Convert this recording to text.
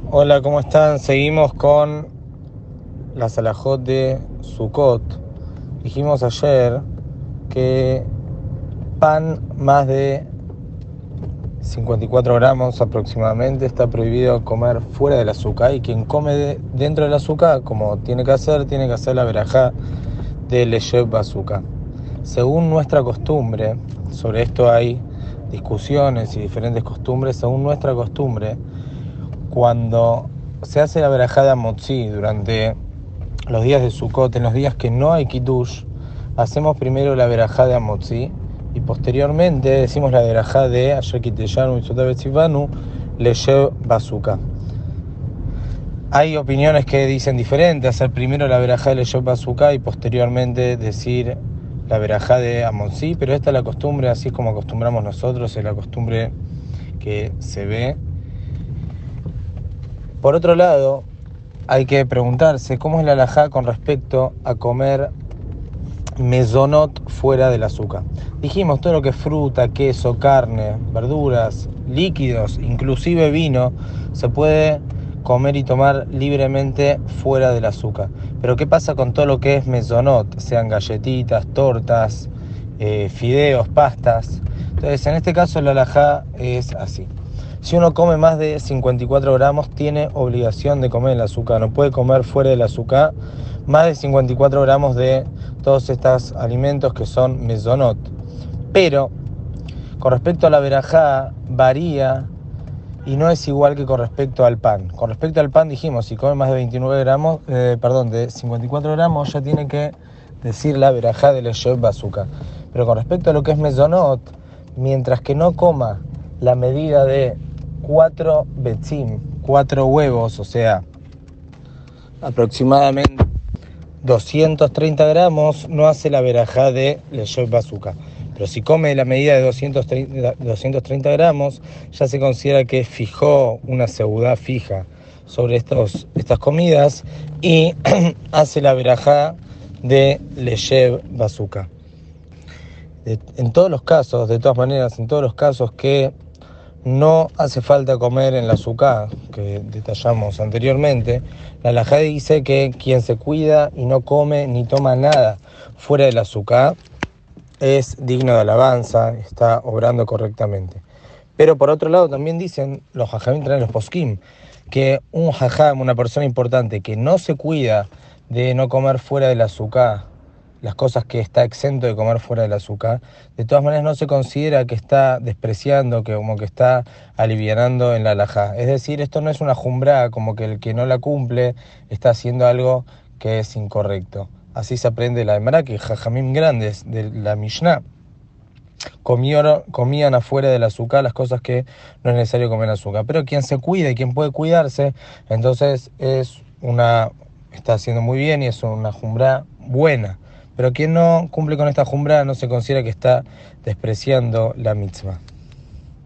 Hola, ¿cómo están? Seguimos con las alajot de Sukkot. Dijimos ayer que pan más de 54 gramos aproximadamente está prohibido comer fuera del azúcar, y quien come dentro del azúcar, como tiene que hacer la verajá de Leshev Bazooka. Según nuestra costumbre, sobre esto hay discusiones y diferentes costumbres, según nuestra costumbre, cuando se hace la verajá de Amotzi durante los días de Sukkot, en los días que no hay Kiddush, hacemos primero la verajá de Amotzi y posteriormente decimos la verajá de Asher Kiteyanu y Sotabetzivanu Leshev Bazooka. Hay opiniones que dicen diferente, hacer primero la verajá de Leshev Bazooka y posteriormente decir la verajá de Amotzi, pero esta es la costumbre, así es como acostumbramos nosotros, es la costumbre que se ve. Por otro lado, hay que preguntarse cómo es la halajá con respecto a comer mezonot fuera del azúcar. Dijimos todo lo que es fruta, queso, carne, verduras, líquidos, inclusive vino, se puede comer y tomar libremente fuera del azúcar. Pero ¿qué pasa con todo lo que es mezonot? Sean galletitas, tortas, fideos, pastas. Entonces, en este caso la halajá es así. Si uno come más de 54 gramos, tiene obligación de comer el azúcar. No puede comer fuera del azúcar más de 54 gramos de todos estos alimentos que son mezonot. Pero, con respecto a la verajá, varía y no es igual que con respecto al pan. Con respecto al pan dijimos, si come más de de 54 gramos, ya tiene que decir la verajá de Leshev Bazooka. Pero con respecto a lo que es mezonot, mientras que no coma la medida de 4 betzim, 4 huevos, o sea, aproximadamente 230 gramos, no hace la verajá de Leshev Bazooka. Pero si come la medida de 230 gramos, ya se considera que fijó una seudá fija sobre estas comidas y hace la verajá de Leshev Bazooka. En todos los casos, de todas maneras, en todos los casos que no hace falta comer en la suká, que detallamos anteriormente, la halajá dice que quien se cuida y no come ni toma nada fuera de la suká es digno de alabanza, está obrando correctamente. Pero por otro lado también dicen, los jajamim traen los poskim, que un jajam, una persona importante que no se cuida de no comer fuera de la suká, las cosas que está exento de comer fuera del azúcar, de todas maneras no se considera que está despreciando, que como que está alivianando en la halajá. Es decir, esto no es una jumbrá, como que el que no la cumple está haciendo algo que es incorrecto. Así se aprende la Emara, que jajamim grandes de la Mishnah comían afuera del azúcar las cosas que no es necesario comer azúcar. Pero quien se cuida y quien puede cuidarse, entonces está haciendo muy bien y es una jumbrá buena. Pero quien no cumple con esta jumbrá no se considera que está despreciando la mitzvah.